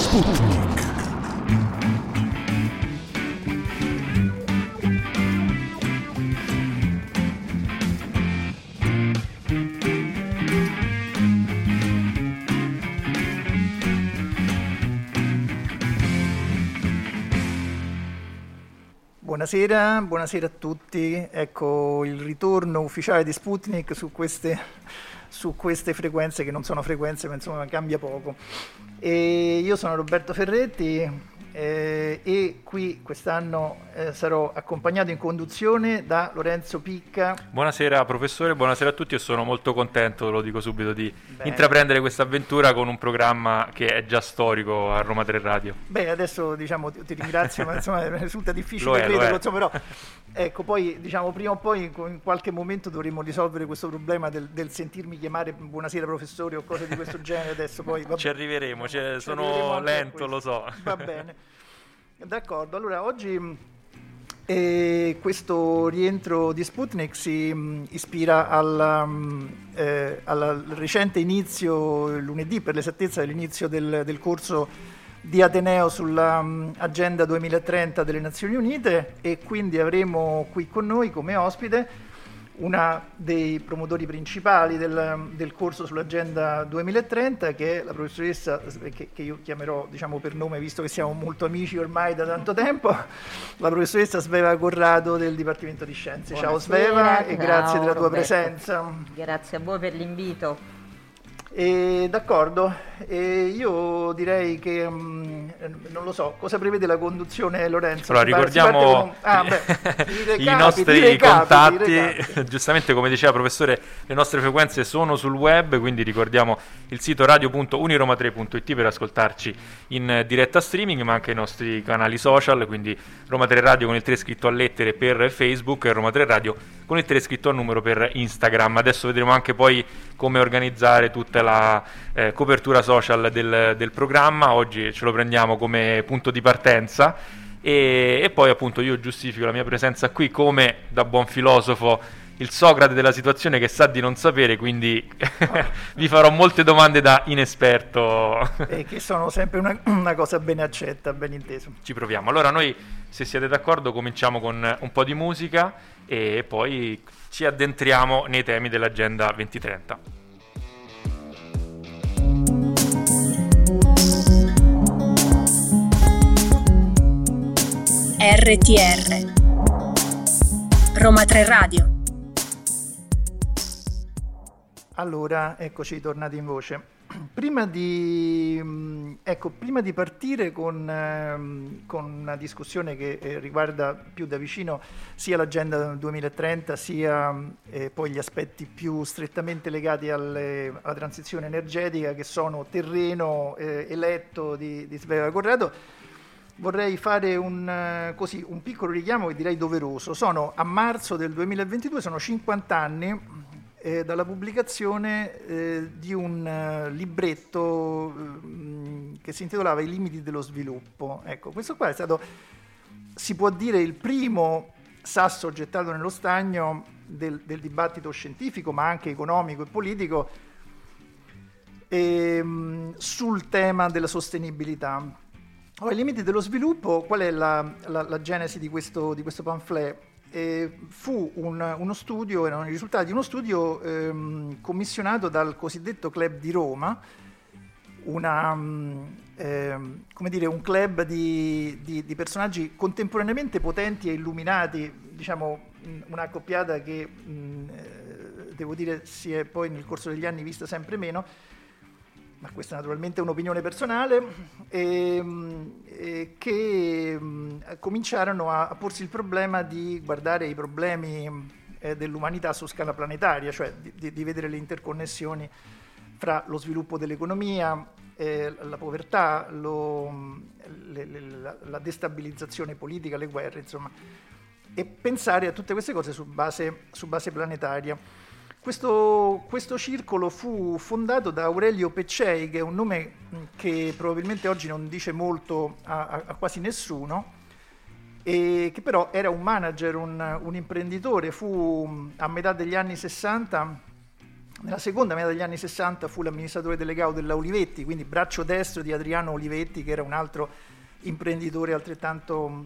Sputnik. Buonasera a tutti. Ecco il ritorno ufficiale di Sputnik su queste frequenze che non sono frequenze, ma insomma cambia poco. E io sono Roberto Ferretti e qui quest'anno sarò accompagnato in conduzione da Lorenzo Picca. Buonasera professore, buonasera a tutti. Io sono molto contento, lo dico subito, di intraprendere questa avventura con un programma che è già storico a Roma 3 Radio. Beh, adesso diciamo ti ringrazio, ma insomma risulta difficile crederlo, insomma, però ecco, poi diciamo prima o poi in qualche momento dovremo risolvere questo problema del sentirmi chiamare buonasera professore o cose di questo genere. Adesso poi ci arriveremo, sono lento, lo so. Va bene. D'accordo, allora oggi questo rientro di Sputnik si ispira al recente inizio, lunedì per l'esattezza, dell'inizio del corso di Ateneo sulla Agenda 2030 delle Nazioni Unite, e quindi avremo qui con noi come ospite una dei promotori principali del corso sull'Agenda 2030, che è la professoressa, che io chiamerò diciamo per nome visto che siamo molto amici ormai da tanto tempo, la professoressa Sveva Corrado del Dipartimento di Scienze. Buonasera, ciao Sveva, e grazie della tua Roberto. presenza. Grazie a voi per l'invito. D'accordo, io direi che non lo so, cosa prevede la conduzione, Lorenzo? Allora ricordiamo i nostri contatti. Giustamente, come diceva il professore, le nostre frequenze sono sul web, quindi ricordiamo il sito radio.uniroma3.it per ascoltarci in diretta streaming, ma anche i nostri canali social, quindi Roma 3 Radio con il 3 scritto a lettere per Facebook e Roma 3 Radio con il 3 scritto a numero per Instagram. Adesso vedremo anche poi come organizzare tutta la copertura social del programma. Oggi ce lo prendiamo come punto di partenza e poi appunto io giustifico la mia presenza qui come, da buon filosofo, il Socrate della situazione che sa di non sapere, quindi vi farò molte domande da inesperto. E che sono sempre una cosa ben accetta, ben inteso. Ci proviamo. Allora noi, se siete d'accordo, cominciamo con un po' di musica e poi ci addentriamo nei temi dell'Agenda 2030. RTR Roma 3 Radio. Allora, eccoci tornati in voce. Prima di partire con una discussione che riguarda più da vicino sia l'Agenda 2030 sia poi gli aspetti più strettamente legati alla transizione energetica, che sono terreno eletto di Sveva Corrado, vorrei fare un piccolo richiamo che direi doveroso. Sono a marzo del 2022, sono 50 anni dalla pubblicazione di un libretto che si intitolava I limiti dello sviluppo. Ecco, questo qua è stato, si può dire, il primo sasso gettato nello stagno del dibattito scientifico, ma anche economico e politico, sul tema della sostenibilità. I limiti dello sviluppo, qual è la genesi di questo pamphlet? Fu uno studio, erano i risultati di uno studio commissionato dal cosiddetto Club di Roma, un club di personaggi contemporaneamente potenti e illuminati, diciamo una accoppiata che devo dire si è poi nel corso degli anni vista sempre meno, ma questa è naturalmente un'opinione personale, che cominciarono a porsi il problema di guardare i problemi dell'umanità su scala planetaria, cioè di vedere le interconnessioni fra lo sviluppo dell'economia, la povertà, la destabilizzazione politica, le guerre, insomma, e pensare a tutte queste cose su base planetaria. Questo circolo fu fondato da Aurelio Peccei, che è un nome che probabilmente oggi non dice molto a quasi nessuno, e che però era un manager, un imprenditore. Fu a metà degli anni 60 Nella seconda metà degli anni 60 fu l'amministratore delegato della Olivetti, quindi braccio destro di Adriano Olivetti, che era un altro imprenditore altrettanto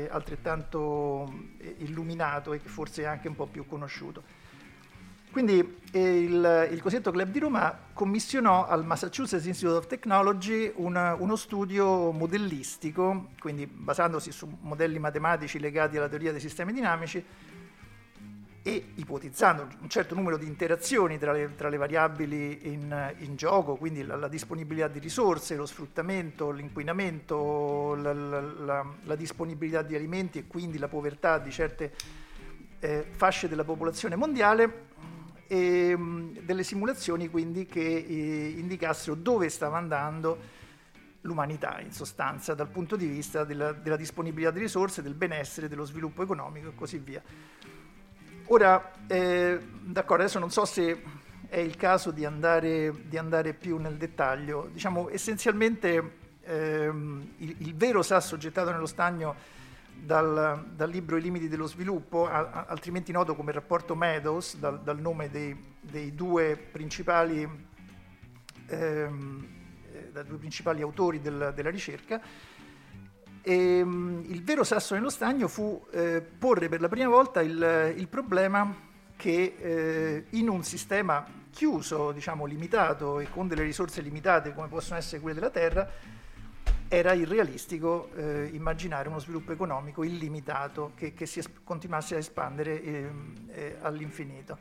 illuminato e che forse è anche un po' più conosciuto. Quindi il cosiddetto Club di Roma commissionò al Massachusetts Institute of Technology uno studio modellistico, quindi basandosi su modelli matematici legati alla teoria dei sistemi dinamici e ipotizzando un certo numero di interazioni tra le variabili in gioco, quindi la disponibilità di risorse, lo sfruttamento, l'inquinamento, la disponibilità di alimenti e quindi la povertà di certe fasce della popolazione mondiale, e delle simulazioni quindi che indicassero dove stava andando l'umanità in sostanza dal punto di vista della disponibilità di risorse, del benessere, dello sviluppo economico e così via. Ora, d'accordo, adesso non so se è il caso di andare più nel dettaglio. Diciamo, essenzialmente il vero sasso gettato nello stagno dal libro I limiti dello sviluppo, altrimenti noto come rapporto Meadows, dal nome dei due principali autori della ricerca. Il vero sasso nello stagno fu porre per la prima volta il problema che in un sistema chiuso, diciamo limitato e con delle risorse limitate come possono essere quelle della Terra, era irrealistico immaginare uno sviluppo economico illimitato che continuasse a espandere all'infinito.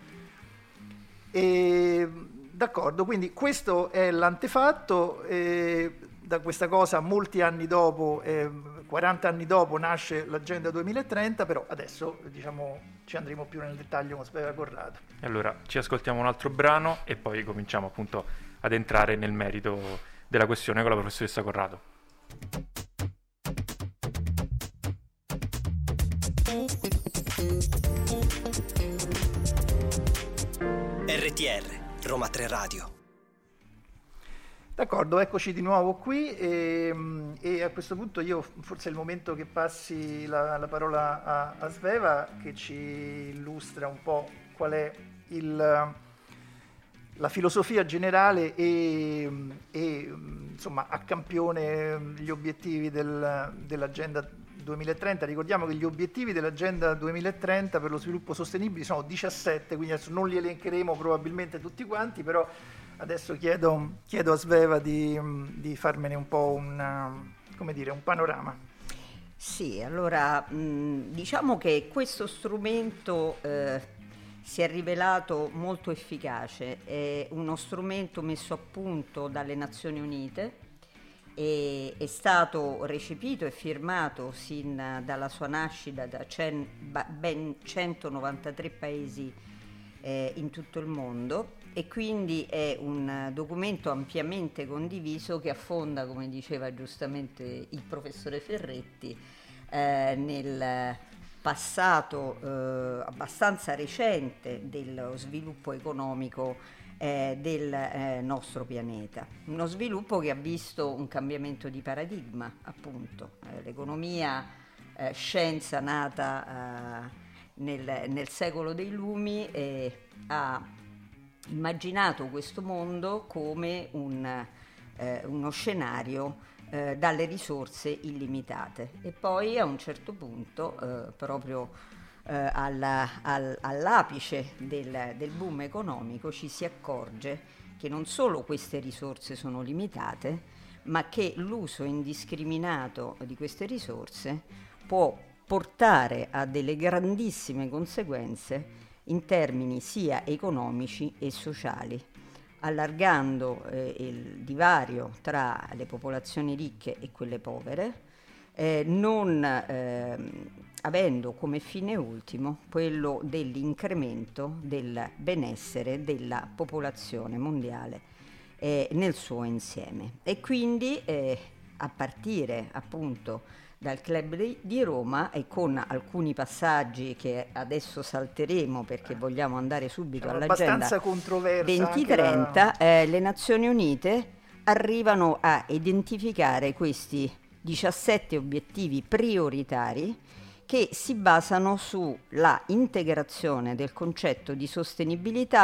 D'accordo, quindi questo è l'antefatto. Da questa cosa molti anni dopo, 40 anni dopo, nasce l'Agenda 2030, però adesso diciamo ci andremo più nel dettaglio con Sveva Corrado. Allora ci ascoltiamo un altro brano e poi cominciamo appunto ad entrare nel merito della questione con la professoressa Corrado. RTR, Roma 3 Radio. D'accordo, eccoci di nuovo qui e a questo punto io forse è il momento che passi la parola a Sveva, che ci illustra un po' qual è la filosofia generale e insomma a campione gli obiettivi dell'Agenda 2030. Ricordiamo che gli obiettivi dell'Agenda 2030 per lo sviluppo sostenibile sono 17, quindi adesso non li elencheremo probabilmente tutti quanti, però adesso chiedo a Sveva di farmene un po' un panorama. Sì, allora diciamo che questo strumento si è rivelato molto efficace, è uno strumento messo a punto dalle Nazioni Unite e è stato recepito e firmato sin dalla sua nascita da ben 193 paesi in tutto il mondo, e quindi è un documento ampiamente condiviso che affonda, come diceva giustamente il professore Ferretti, nel passato abbastanza recente dello sviluppo economico del nostro pianeta. Uno sviluppo che ha visto un cambiamento di paradigma, appunto. L'economia, scienza nata nel secolo dei lumi, ha immaginato questo mondo come uno scenario dalle risorse illimitate, e poi a un certo punto proprio all'apice del boom economico ci si accorge che non solo queste risorse sono limitate, ma che l'uso indiscriminato di queste risorse può portare a delle grandissime conseguenze in termini sia economici e sociali, allargando il divario tra le popolazioni ricche e quelle povere, non avendo come fine ultimo quello dell'incremento del benessere della popolazione mondiale nel suo insieme. E quindi a partire appunto dal Club di Roma, e con alcuni passaggi che adesso salteremo perché vogliamo andare subito all'Agenda 2030, le Nazioni Unite arrivano a identificare questi 17 obiettivi prioritari che si basano sulla integrazione del concetto di sostenibilità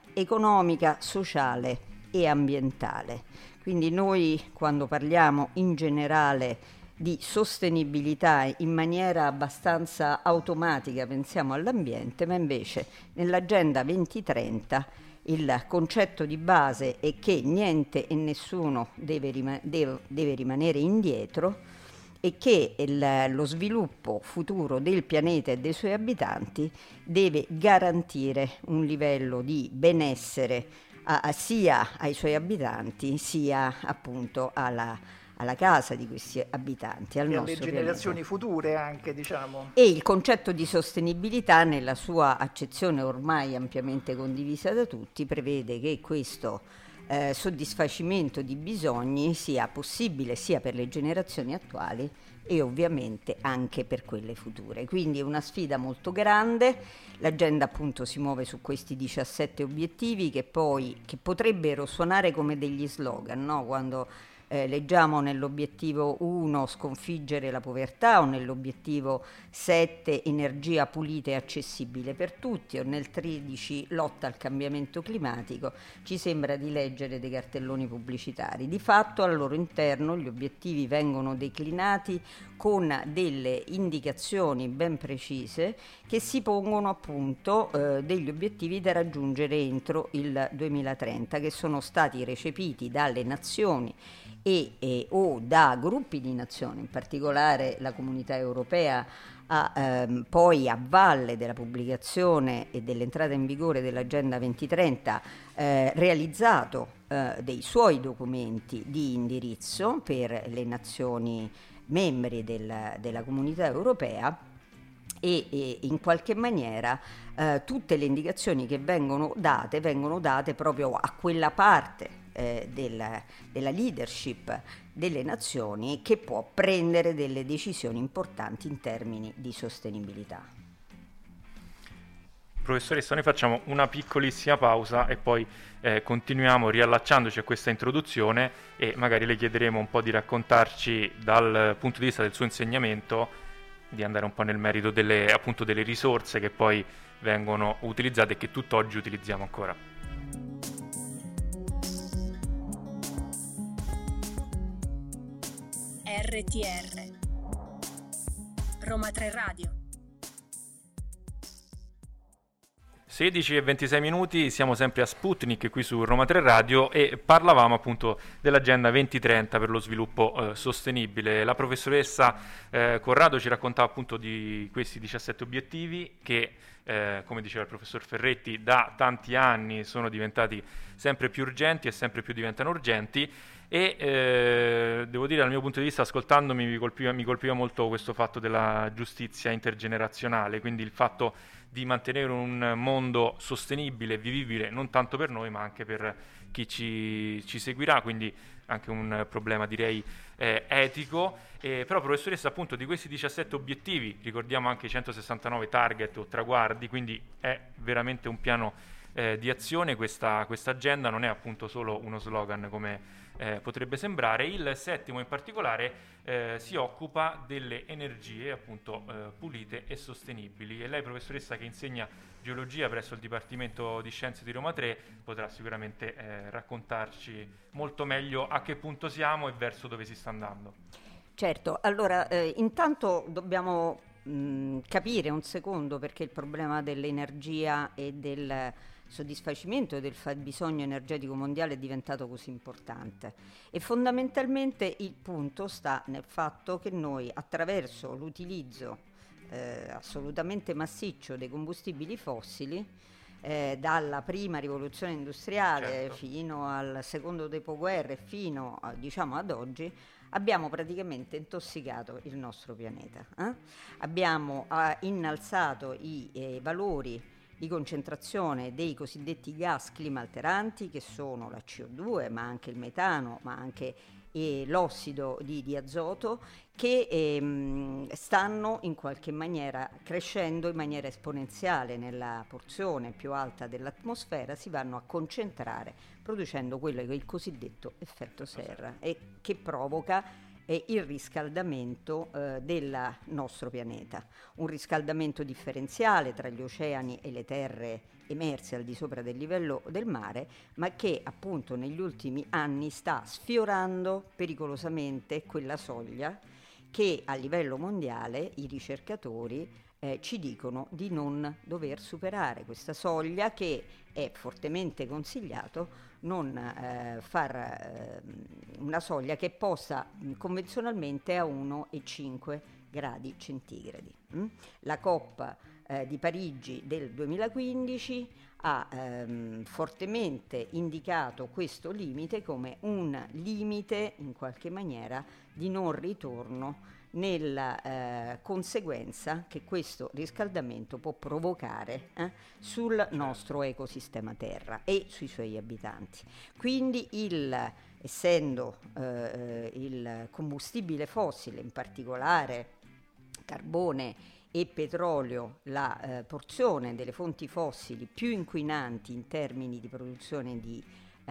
economica, sociale e ambientale. Quindi noi, quando parliamo in generale di sostenibilità in maniera abbastanza automatica, pensiamo all'ambiente, ma invece nell'Agenda 2030 il concetto di base è che niente e nessuno deve rimanere indietro e che lo sviluppo futuro del pianeta e dei suoi abitanti deve garantire un livello di benessere sia ai suoi abitanti sia appunto alla casa di questi abitanti, al nostro alle generazioni pianeta. future anche, diciamo. E il concetto di sostenibilità, nella sua accezione ormai ampiamente condivisa da tutti, prevede che questo soddisfacimento di bisogni sia possibile sia per le generazioni attuali e ovviamente anche per quelle future. Quindi è una sfida molto grande. L'agenda appunto si muove su questi 17 obiettivi che potrebbero suonare come degli slogan, no? Quando leggiamo nell'obiettivo 1 sconfiggere la povertà, o nell'obiettivo 7 energia pulita e accessibile per tutti, o nel 13 lotta al cambiamento climatico, ci sembra di leggere dei cartelloni pubblicitari. Di fatto al loro interno gli obiettivi vengono declinati con delle indicazioni ben precise che si pongono appunto degli obiettivi da raggiungere entro il 2030, che sono stati recepiti dalle nazioni o da gruppi di nazioni, in particolare la Comunità Europea poi a valle della pubblicazione e dell'entrata in vigore dell'Agenda 2030 realizzato dei suoi documenti di indirizzo per le nazioni membri della Comunità Europea e in qualche maniera tutte le indicazioni che vengono date proprio a quella parte della leadership delle nazioni che può prendere delle decisioni importanti in termini di sostenibilità. Professoressa, noi facciamo una piccolissima pausa e poi continuiamo riallacciandoci a questa introduzione e magari le chiederemo un po' di raccontarci dal punto di vista del suo insegnamento, di andare un po' nel merito delle risorse che poi vengono utilizzate e che tutt'oggi utilizziamo ancora. RTR Roma 3 Radio. 16 e 26 minuti, siamo sempre a Sputnik qui su Roma 3 Radio e parlavamo appunto dell'Agenda 2030 per lo sviluppo sostenibile. La professoressa Corrado ci raccontava appunto di questi 17 obiettivi che, come diceva il professor Ferretti, da tanti anni sono diventati sempre più urgenti e sempre più diventano urgenti. E devo dire, dal mio punto di vista, ascoltandomi mi colpiva molto questo fatto della giustizia intergenerazionale, quindi il fatto di mantenere un mondo sostenibile e vivibile non tanto per noi ma anche per chi ci seguirà, quindi anche un problema direi etico. Però professoressa, appunto di questi 17 obiettivi ricordiamo anche i 169 target o traguardi, quindi è veramente un piano di azione questa agenda, non è appunto solo uno slogan come potrebbe sembrare. Il settimo in particolare si occupa delle energie appunto pulite e sostenibili, e lei, professoressa, che insegna geologia presso il Dipartimento di Scienze di Roma 3, potrà sicuramente raccontarci molto meglio a che punto siamo e verso dove si sta andando. Certo, allora intanto dobbiamo capire un secondo perché il problema dell'energia e del soddisfacimento del fabbisogno energetico mondiale è diventato così importante, e fondamentalmente il punto sta nel fatto che noi, attraverso l'utilizzo assolutamente massiccio dei combustibili fossili, dalla prima rivoluzione industriale, certo, fino al secondo dopoguerra e fino diciamo ad oggi, abbiamo praticamente intossicato il nostro pianeta. Abbiamo innalzato i valori di concentrazione dei cosiddetti gas climalteranti, che sono la CO2, ma anche il metano, ma anche l'ossido di azoto, che stanno in qualche maniera crescendo in maniera esponenziale nella porzione più alta dell'atmosfera, si vanno a concentrare producendo quello che è il cosiddetto effetto serra, e che provoca il riscaldamento del nostro pianeta. Un riscaldamento differenziale tra gli oceani e le terre emerse al di sopra del livello del mare, ma che appunto negli ultimi anni sta sfiorando pericolosamente quella soglia che a livello mondiale i ricercatori ci dicono di non dover superare, questa soglia che è fortemente consigliato non far una soglia che è posta convenzionalmente a 1,5 gradi centigradi. La COP di Parigi del 2015 ha fortemente indicato questo limite come un limite in qualche maniera di non ritorno nella conseguenza che questo riscaldamento può provocare sul nostro ecosistema Terra e sui suoi abitanti. Quindi essendo il combustibile fossile, in particolare carbone e petrolio, la porzione delle fonti fossili più inquinanti in termini di produzione di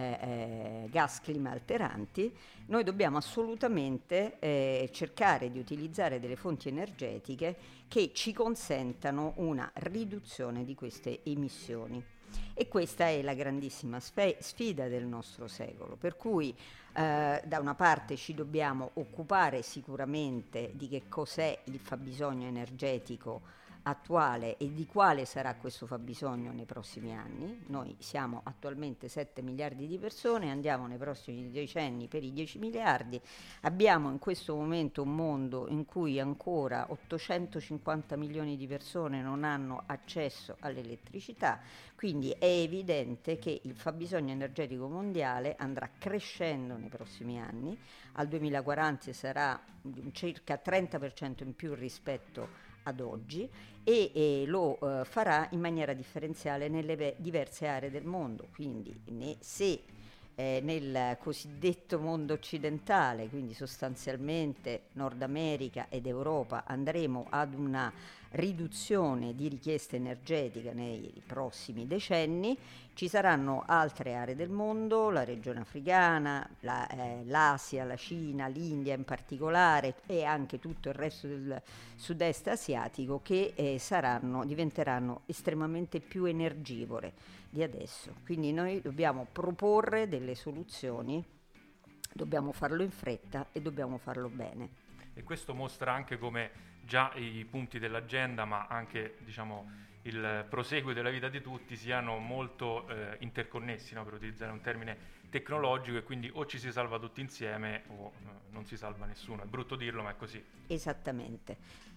gas climalteranti, noi dobbiamo assolutamente cercare di utilizzare delle fonti energetiche che ci consentano una riduzione di queste emissioni. E questa è la grandissima sfida del nostro secolo, per cui da una parte ci dobbiamo occupare sicuramente di che cos'è il fabbisogno energetico attuale e di quale sarà questo fabbisogno nei prossimi anni. Noi siamo attualmente 7 miliardi di persone, andiamo nei prossimi decenni per i 10 miliardi, abbiamo in questo momento un mondo in cui ancora 850 milioni di persone non hanno accesso all'elettricità, quindi è evidente che il fabbisogno energetico mondiale andrà crescendo nei prossimi anni, al 2040 sarà circa 30% in più rispetto ad oggi e lo farà in maniera differenziale nelle diverse aree del mondo, quindi se nel cosiddetto mondo occidentale, quindi sostanzialmente Nord America ed Europa, andremo ad una riduzione di richiesta energetica nei prossimi decenni, ci saranno altre aree del mondo, la regione africana, l'Asia, la Cina, l'India in particolare e anche tutto il resto del sud-est asiatico che diventeranno estremamente più energivore di adesso. Quindi noi dobbiamo proporre delle soluzioni, dobbiamo farlo in fretta e dobbiamo farlo bene. E questo mostra anche come già i punti dell'agenda, ma anche il proseguo della vita di tutti siano molto interconnessi, no? Per utilizzare un termine tecnologico, e quindi o ci si salva tutti insieme o non si salva nessuno. È brutto dirlo, ma è così. Esattamente.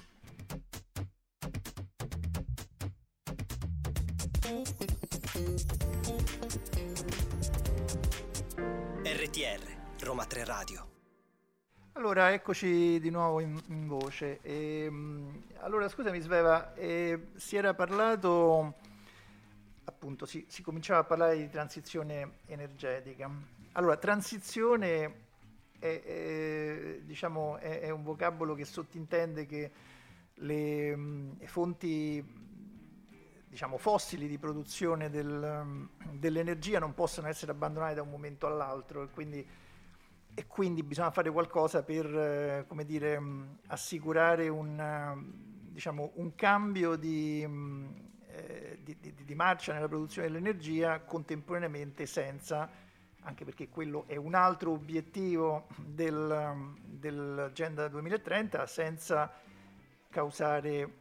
RTR, Roma 3 Radio. Allora, eccoci di nuovo in voce. Allora, scusami Sveva, si era parlato, appunto, si cominciava a parlare di transizione energetica. Allora, transizione è un vocabolo che sottintende che le fonti fossili di produzione dell'energia non possono essere abbandonate da un momento all'altro e quindi bisogna fare qualcosa per assicurare un cambio di marcia nella produzione dell'energia contemporaneamente, senza, anche perché quello è un altro obiettivo dell'Agenda 2030, senza causare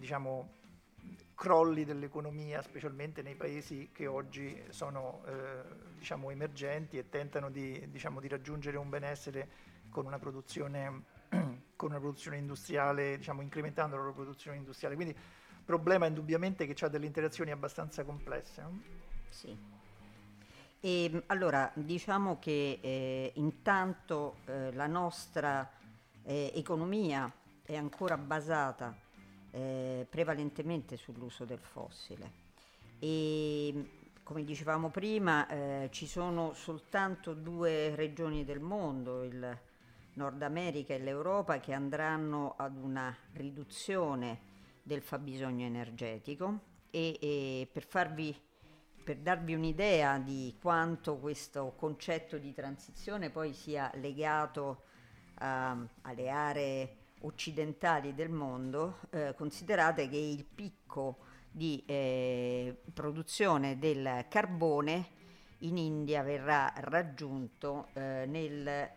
crolli dell'economia, specialmente nei paesi che oggi sono emergenti e tentano di raggiungere un benessere con una produzione industriale, incrementando la loro produzione industriale. Quindi il problema è indubbiamente che ha delle interazioni abbastanza complesse. Sì. E allora diciamo che intanto la nostra economia è ancora basata prevalentemente sull'uso del fossile e, come dicevamo prima, ci sono soltanto 2 regioni del mondo, il Nord America e l'Europa, che andranno ad una riduzione del fabbisogno energetico e per darvi un'idea di quanto questo concetto di transizione poi sia legato alle aree occidentali del mondo, considerate che il picco di produzione del carbone in India verrà raggiunto nel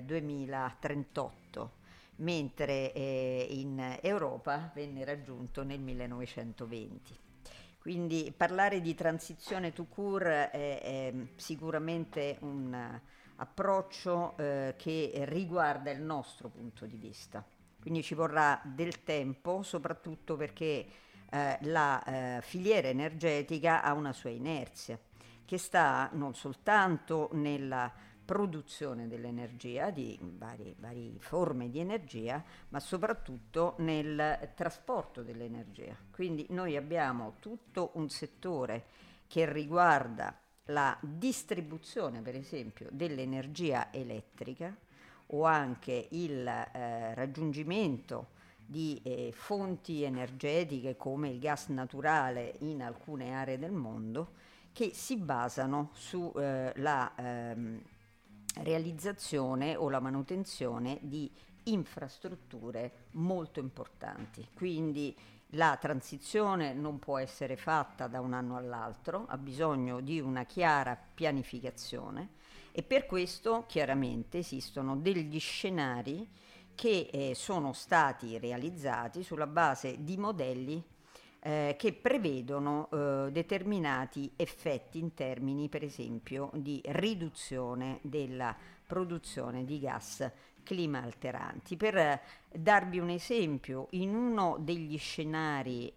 2038, mentre in Europa venne raggiunto nel 1920. Quindi parlare di transizione tout court è sicuramente un approccio che riguarda il nostro punto di vista. Quindi ci vorrà del tempo, soprattutto perché la filiera energetica ha una sua inerzia, che sta non soltanto nella produzione dell'energia, di varie forme di energia, ma soprattutto nel trasporto dell'energia. Quindi noi abbiamo tutto un settore che riguarda la distribuzione, per esempio, dell'energia elettrica, o anche il raggiungimento di fonti energetiche come il gas naturale in alcune aree del mondo, che si basano sulla realizzazione o la manutenzione di infrastrutture molto importanti. Quindi la transizione non può essere fatta da un anno all'altro, ha bisogno di una chiara pianificazione, e per questo chiaramente esistono degli scenari che sono stati realizzati sulla base di modelli che prevedono determinati effetti in termini, per esempio, di riduzione della produzione di gas climalteranti. Per darvi un esempio, in uno degli scenari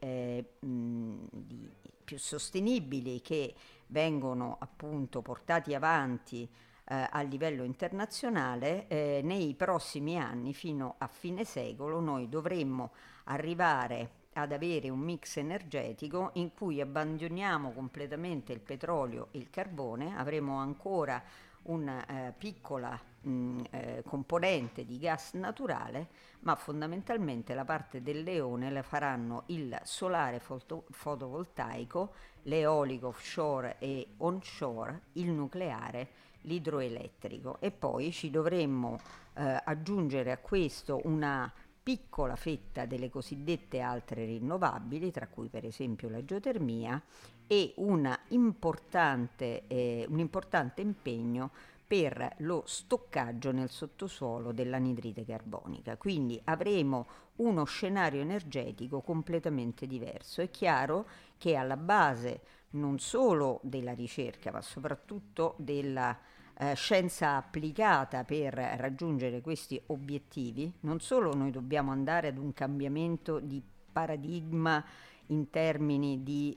più sostenibili che vengono appunto portati avanti a livello internazionale, nei prossimi anni, fino a fine secolo, noi dovremmo arrivare ad avere un mix energetico in cui abbandoniamo completamente il petrolio e il carbone, avremo ancora una piccola componente di gas naturale, ma fondamentalmente la parte del leone la faranno il solare fotovoltaico, l'eolico offshore e onshore, il nucleare, l'idroelettrico, e poi ci dovremmo aggiungere a questo una piccola fetta delle cosiddette altre rinnovabili, tra cui per esempio la geotermia, e un importante impegno per lo stoccaggio nel sottosuolo dell'anidride carbonica. Quindi avremo uno scenario energetico completamente diverso. È chiaro che alla base non solo della ricerca, ma soprattutto della scienza applicata per raggiungere questi obiettivi, non solo noi dobbiamo andare ad un cambiamento di paradigma in termini di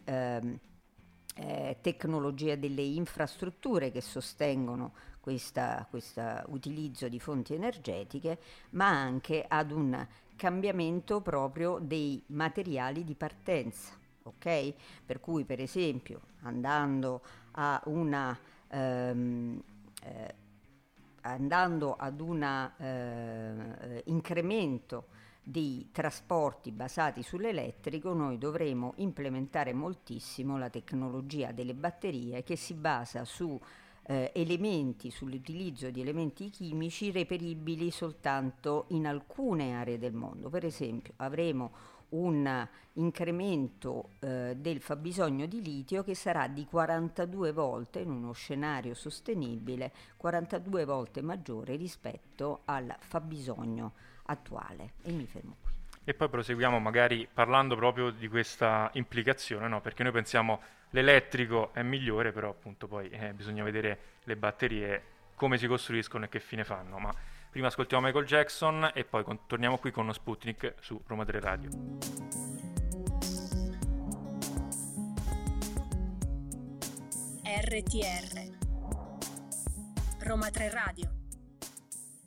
tecnologia delle infrastrutture che sostengono questo utilizzo di fonti energetiche, ma anche ad un cambiamento proprio dei materiali di partenza, ok? Per cui, per esempio, andando ad un incremento dei trasporti basati sull'elettrico, noi dovremo implementare moltissimo la tecnologia delle batterie, che si basa su sull'utilizzo di elementi chimici reperibili soltanto in alcune aree del mondo. Per esempio, avremo un incremento del fabbisogno di litio che sarà di 42 volte, in uno scenario sostenibile, 42 volte maggiore rispetto al fabbisogno attuale. E mi fermo qui. E poi proseguiamo magari parlando proprio di questa implicazione, no? Perché noi pensiamo l'elettrico è migliore, però appunto poi bisogna vedere le batterie come si costruiscono e che fine fanno. Ma prima ascoltiamo Michael Jackson e poi torniamo qui con Sputnik su Roma 3 Radio. RTR Roma 3 Radio.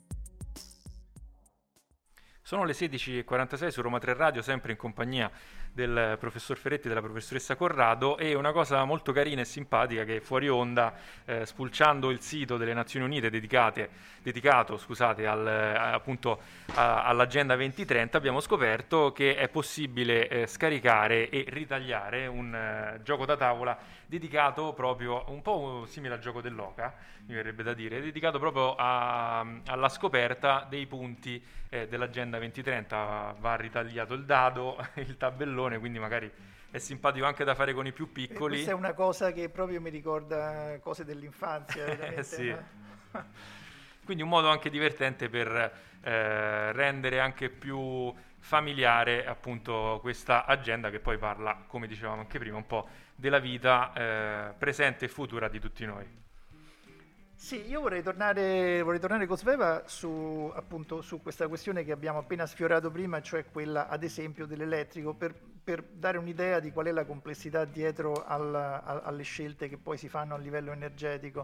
Sono le 16:46 su Roma 3 Radio, sempre in compagnia del professor Ferretti e della professoressa Corrado, e una cosa molto carina e simpatica che fuori onda, spulciando il sito delle Nazioni Unite dedicato appunto all'Agenda 2030, abbiamo scoperto che è possibile scaricare e ritagliare un gioco da tavola dedicato proprio, un po' simile al gioco dell'oca, mi verrebbe da dire, dedicato proprio alla scoperta dei punti dell'Agenda 2030. Va ritagliato il dado, il tabellone, quindi magari è simpatico anche da fare con i più piccoli. Questa è una cosa che proprio mi ricorda cose dell'infanzia, veramente. Sì. Quindi un modo anche divertente per rendere anche più familiare appunto questa agenda, che poi parla, come dicevamo anche prima, un po' della vita presente e futura di tutti noi. Sì, io vorrei tornare con Sveva su questa questione che abbiamo appena sfiorato prima, cioè quella ad esempio dell'elettrico, per dare un'idea di qual è la complessità dietro alle scelte che poi si fanno a livello energetico.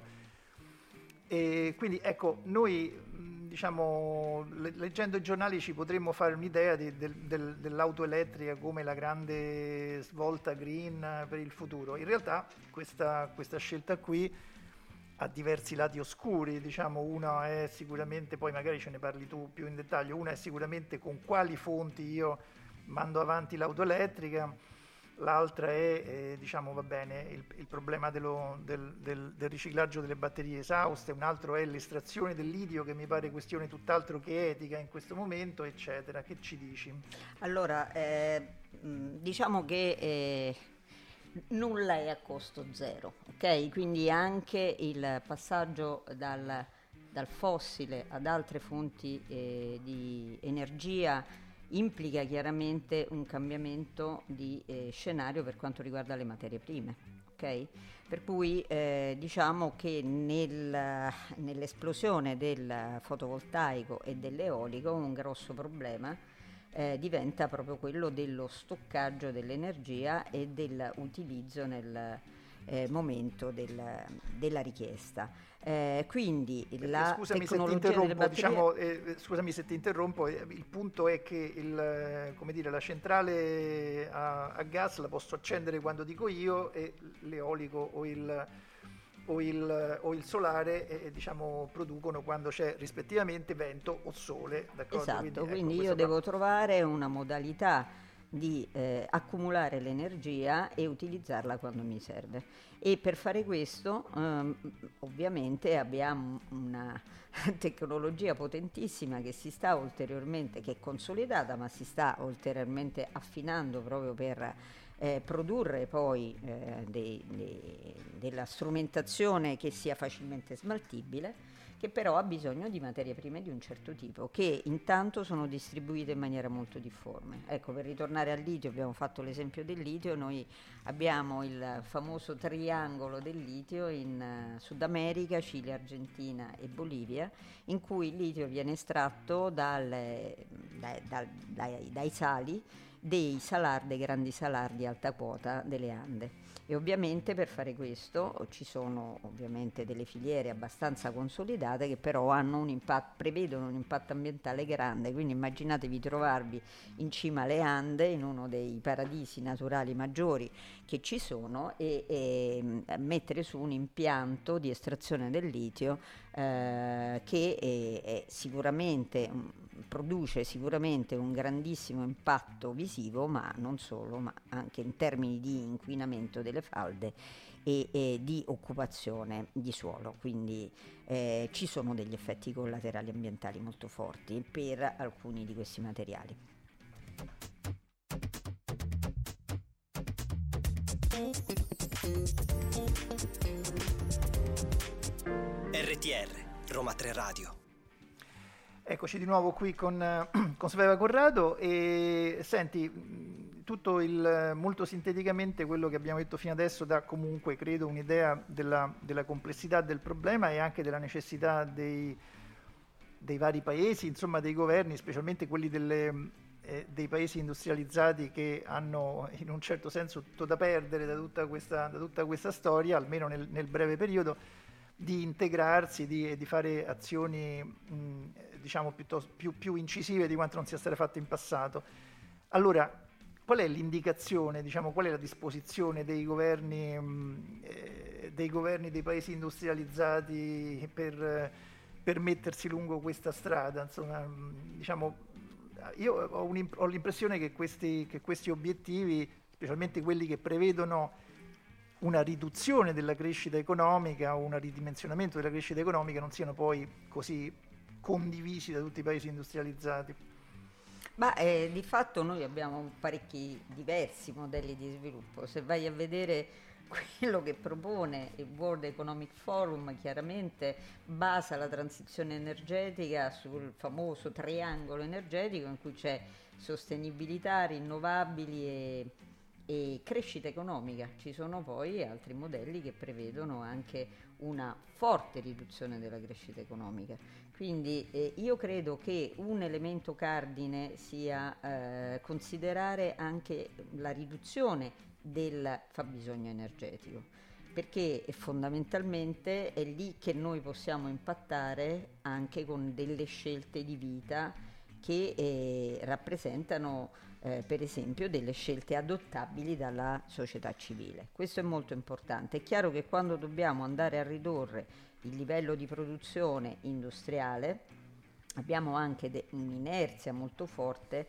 E quindi ecco, noi diciamo, leggendo i giornali ci potremmo fare un'idea dell'auto elettrica come la grande svolta green per il futuro. In realtà questa scelta qui ha diversi lati oscuri, diciamo. Una è sicuramente, poi magari ce ne parli tu più in dettaglio, una è sicuramente con quali fonti io mando avanti l'auto elettrica, l'altra è diciamo, va bene, il problema del riciclaggio delle batterie esauste, un altro è l'estrazione del litio, che mi pare questione tutt'altro che etica in questo momento, eccetera. Che ci dici? Allora, diciamo che nulla è a costo zero, ok? Quindi anche il passaggio dal fossile ad altre fonti di energia implica chiaramente un cambiamento di scenario per quanto riguarda le materie prime, ok? Per cui diciamo che nell'esplosione del fotovoltaico e dell'eolico un grosso problema diventa proprio quello dello stoccaggio dell'energia e dell'utilizzo nel momento della richiesta. Quindi la tecnologia delle batterie... scusami se ti interrompo, il punto è che la centrale a gas la posso accendere quando dico io, e l'eolico o il solare diciamo producono quando c'è rispettivamente vento o sole, d'accordo? Esatto, quindi io devo trovare una modalità di accumulare l'energia e utilizzarla quando mi serve, e per fare questo ovviamente abbiamo una tecnologia potentissima che si sta ulteriormente, che è consolidata, ma si sta ulteriormente affinando proprio per produrre poi della strumentazione che sia facilmente smaltibile, che però ha bisogno di materie prime di un certo tipo, che intanto sono distribuite in maniera molto difforme. Ecco, per ritornare al litio, abbiamo fatto l'esempio del litio, noi abbiamo il famoso triangolo del litio in Sud America, Cile, Argentina e Bolivia, in cui il litio viene estratto dai sali dei grandi salari di alta quota delle Ande. E ovviamente per fare questo ci sono ovviamente delle filiere abbastanza consolidate che però prevedono un impatto ambientale grande, quindi immaginatevi trovarvi in cima alle Ande, in uno dei paradisi naturali maggiori che ci sono, e mettere su un impianto di estrazione del litio che produce sicuramente un grandissimo impatto visivo, ma non solo, ma anche in termini di inquinamento delle falde e di occupazione di suolo. Quindi ci sono degli effetti collaterali ambientali molto forti per alcuni di questi materiali. RTR, Roma 3 Radio. Eccoci di nuovo qui con Sveva Corrado, e senti, molto sinteticamente quello che abbiamo detto fino adesso dà comunque, credo, un'idea della complessità del problema e anche della necessità dei vari paesi, insomma dei governi, specialmente quelli dei paesi industrializzati, che hanno in un certo senso tutto da perdere da tutta questa storia, almeno nel breve periodo, di integrarsi e di fare azioni diciamo più incisive di quanto non sia stato fatto in passato. Allora, qual è l'indicazione, diciamo, qual è la disposizione dei governi dei paesi industrializzati per mettersi lungo questa strada? Insomma, diciamo, io ho l'impressione che questi obiettivi, specialmente quelli che prevedono una riduzione della crescita economica o un ridimensionamento della crescita economica, non siano poi così condivisi da tutti i paesi industrializzati. Ma di fatto noi abbiamo parecchi diversi modelli di sviluppo. Se vai a vedere quello che propone il World Economic Forum, chiaramente basa la transizione energetica sul famoso triangolo energetico in cui c'è sostenibilità, rinnovabili e crescita economica. Ci sono poi altri modelli che prevedono anche una forte riduzione della crescita economica. Quindi io credo che un elemento cardine sia considerare anche la riduzione del fabbisogno energetico, perché fondamentalmente è lì che noi possiamo impattare anche con delle scelte di vita che rappresentano per esempio delle scelte adottabili dalla società civile. Questo è molto importante. È chiaro che quando dobbiamo andare a ridurre il livello di produzione industriale abbiamo anche un'inerzia molto forte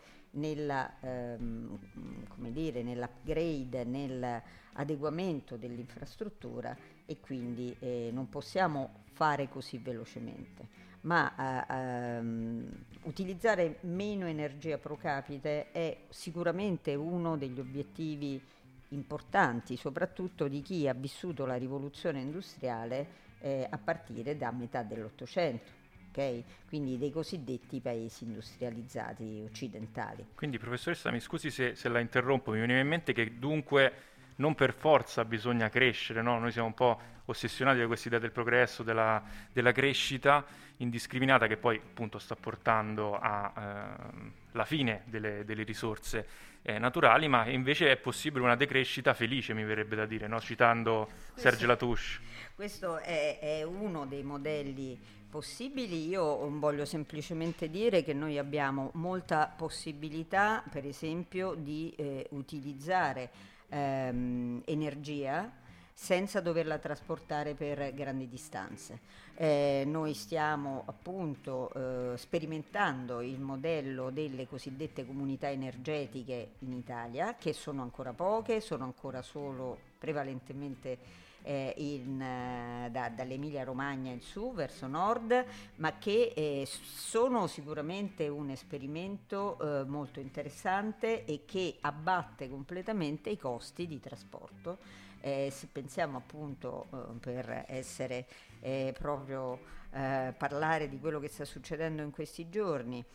nell'upgrade, nell'adeguamento dell'infrastruttura e quindi non possiamo fare così velocemente. Ma utilizzare meno energia pro capite è sicuramente uno degli obiettivi importanti, soprattutto di chi ha vissuto la rivoluzione industriale a partire da metà dell'Ottocento, okay? Quindi dei cosiddetti paesi industrializzati occidentali. Quindi, professoressa, mi scusi se la interrompo, mi viene in mente che dunque non per forza bisogna crescere, no? Noi siamo un po' ossessionati da questa idea del progresso, della crescita indiscriminata che poi appunto sta portando alla fine delle risorse naturali, ma invece è possibile una decrescita felice, mi verrebbe da dire, no? Citando Serge Latouche. Questo è uno dei modelli possibili. Io voglio semplicemente dire che noi abbiamo molta possibilità, per esempio, di utilizzare energia senza doverla trasportare per grandi distanze. Noi stiamo appunto sperimentando il modello delle cosiddette comunità energetiche in Italia, che sono ancora poche, sono ancora solo prevalentemente dall'Emilia Romagna in su verso nord, ma che sono sicuramente un esperimento molto interessante e che abbatte completamente i costi di trasporto. Se pensiamo appunto per essere proprio parlare di quello che sta succedendo in questi giorni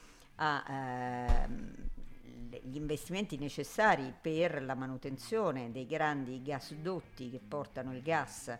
gli investimenti necessari per la manutenzione dei grandi gasdotti che portano il gas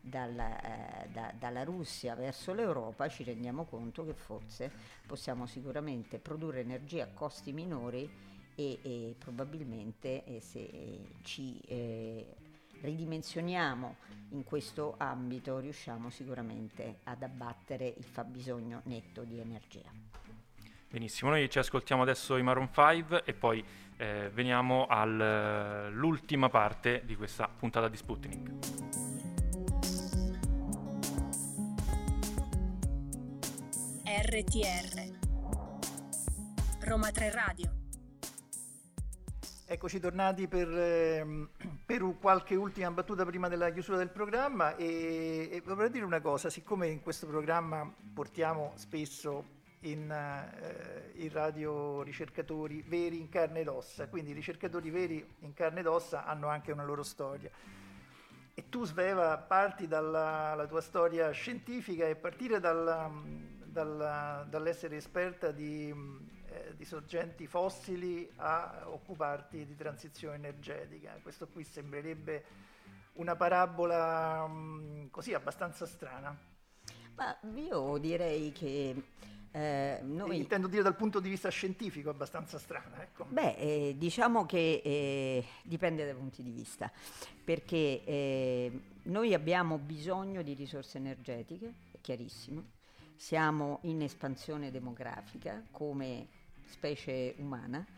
dalla Russia verso l'Europa, ci rendiamo conto che forse possiamo sicuramente produrre energia a costi minori e probabilmente se ci ridimensioniamo in questo ambito riusciamo sicuramente ad abbattere il fabbisogno netto di energia. Benissimo, noi ci ascoltiamo adesso i Maroon 5 e poi veniamo all'ultima parte di questa puntata di Sputnik. RTR Roma 3 Radio. Eccoci tornati per qualche ultima battuta prima della chiusura del programma e vorrei dire una cosa, siccome in questo programma portiamo spesso in radio ricercatori veri in carne ed ossa, quindi i ricercatori veri in carne ed ossa hanno anche una loro storia. E tu, Sveva, parti dalla tua storia scientifica e partire dall'essere esperta di sorgenti fossili a occuparti di transizione energetica. Questo qui sembrerebbe una parabola così abbastanza strana. Ma io direi che noi... Intendo dire dal punto di vista scientifico abbastanza strana, ecco. Diciamo che dipende dai punti di vista, perché noi abbiamo bisogno di risorse energetiche, è chiarissimo, siamo in espansione demografica come specie umana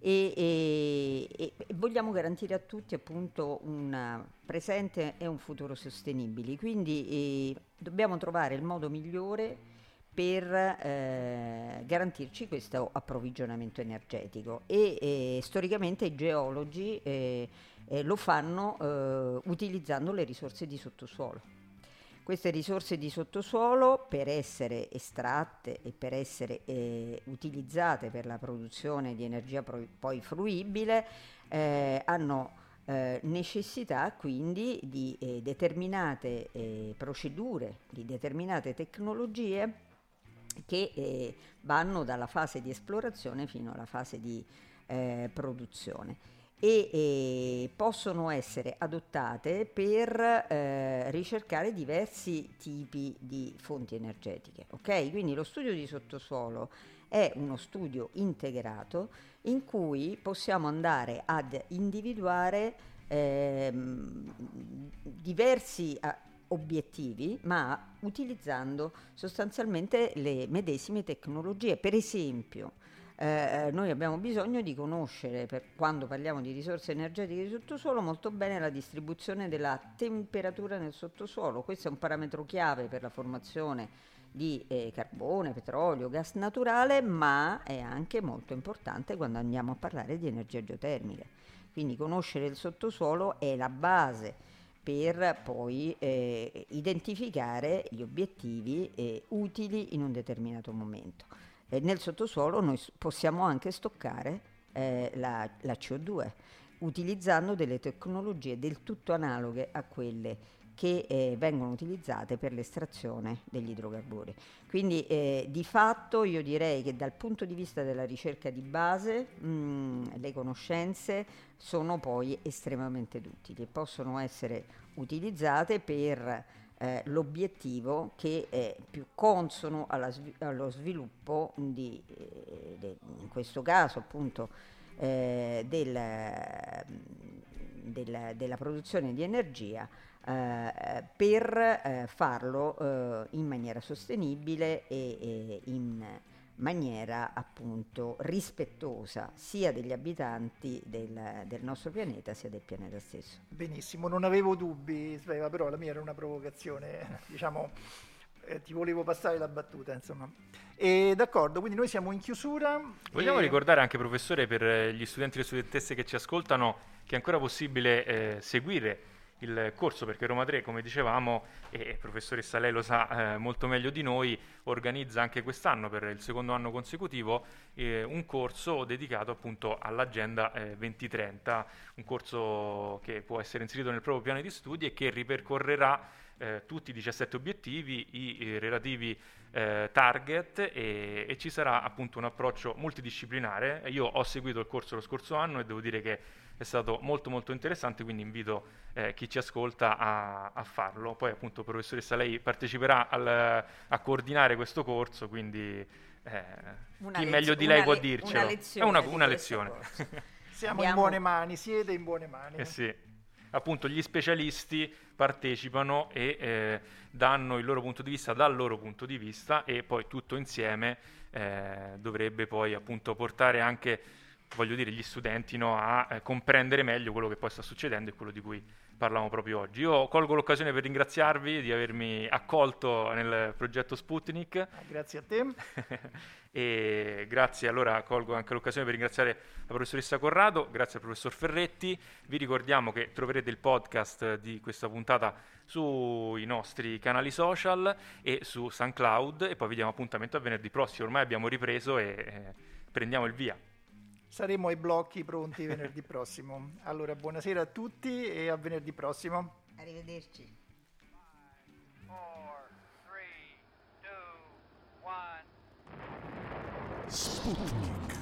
e vogliamo garantire a tutti appunto un presente e un futuro sostenibili, quindi dobbiamo trovare il modo migliore per garantirci questo approvvigionamento energetico e storicamente i geologi lo fanno utilizzando le risorse di sottosuolo. Queste risorse di sottosuolo, per essere estratte e per essere utilizzate per la produzione di energia poi fruibile, hanno necessità quindi di determinate procedure, di determinate tecnologie che vanno dalla fase di esplorazione fino alla fase di produzione. E possono essere adottate per ricercare diversi tipi di fonti energetiche. Ok? Quindi lo studio di sottosuolo è uno studio integrato in cui possiamo andare ad individuare diversi obiettivi, ma utilizzando sostanzialmente le medesime tecnologie. Per esempio, noi abbiamo bisogno di conoscere, quando parliamo di risorse energetiche di sottosuolo, molto bene la distribuzione della temperatura nel sottosuolo. Questo è un parametro chiave per la formazione di carbone, petrolio, gas naturale, ma è anche molto importante quando andiamo a parlare di energia geotermica. Quindi conoscere il sottosuolo è la base per poi identificare gli obiettivi utili in un determinato momento. Nel sottosuolo noi possiamo anche stoccare la CO2 utilizzando delle tecnologie del tutto analoghe a quelle che vengono utilizzate per l'estrazione degli idrocarburi. Quindi di fatto io direi che dal punto di vista della ricerca di base le conoscenze sono poi estremamente utili e possono essere utilizzate per l'obiettivo che è più consono allo sviluppo in questo caso appunto della produzione di energia per farlo in maniera sostenibile e in maniera appunto rispettosa sia degli abitanti del nostro pianeta sia del pianeta stesso. Benissimo, non avevo dubbi, Sveva, però la mia era una provocazione, diciamo, ti volevo passare la battuta, insomma. E d'accordo, quindi noi siamo in chiusura. Vogliamo ricordare anche, professore, per gli studenti e le studentesse che ci ascoltano, che è ancora possibile seguire il corso, perché Roma 3, come dicevamo, e professoressa lei lo sa molto meglio di noi, organizza anche quest'anno per il secondo anno consecutivo un corso dedicato appunto all'Agenda 2030, un corso che può essere inserito nel proprio piano di studi e che ripercorrerà tutti i 17 obiettivi, i relativi target e ci sarà appunto un approccio multidisciplinare. Io ho seguito il corso lo scorso anno e devo dire che è stato molto molto interessante, quindi invito chi ci ascolta a farlo. Poi appunto, professoressa, lei parteciperà a coordinare questo corso, quindi chi meglio di lei può dircelo. Una lezione. Siamo in buone mani, siete in buone mani. Sì. Appunto gli specialisti partecipano e danno il loro punto di vista dal loro punto di vista e poi tutto insieme dovrebbe poi appunto portare anche, voglio dire, gli studenti a comprendere meglio quello che poi sta succedendo e quello di cui parlavamo proprio oggi. Io colgo l'occasione per ringraziarvi di avermi accolto nel progetto Sputnik. Grazie a te. E grazie, allora colgo anche l'occasione per ringraziare la professoressa Corrado, grazie al professor Ferretti. Vi ricordiamo che troverete il podcast di questa puntata sui nostri canali social e su SoundCloud e poi vi diamo appuntamento a venerdì prossimo. Ormai abbiamo ripreso e prendiamo il via. Saremo ai blocchi pronti venerdì prossimo. Allora, buonasera a tutti e a venerdì prossimo. Arrivederci. 5, 4, 3, 2, 1. Sputnik.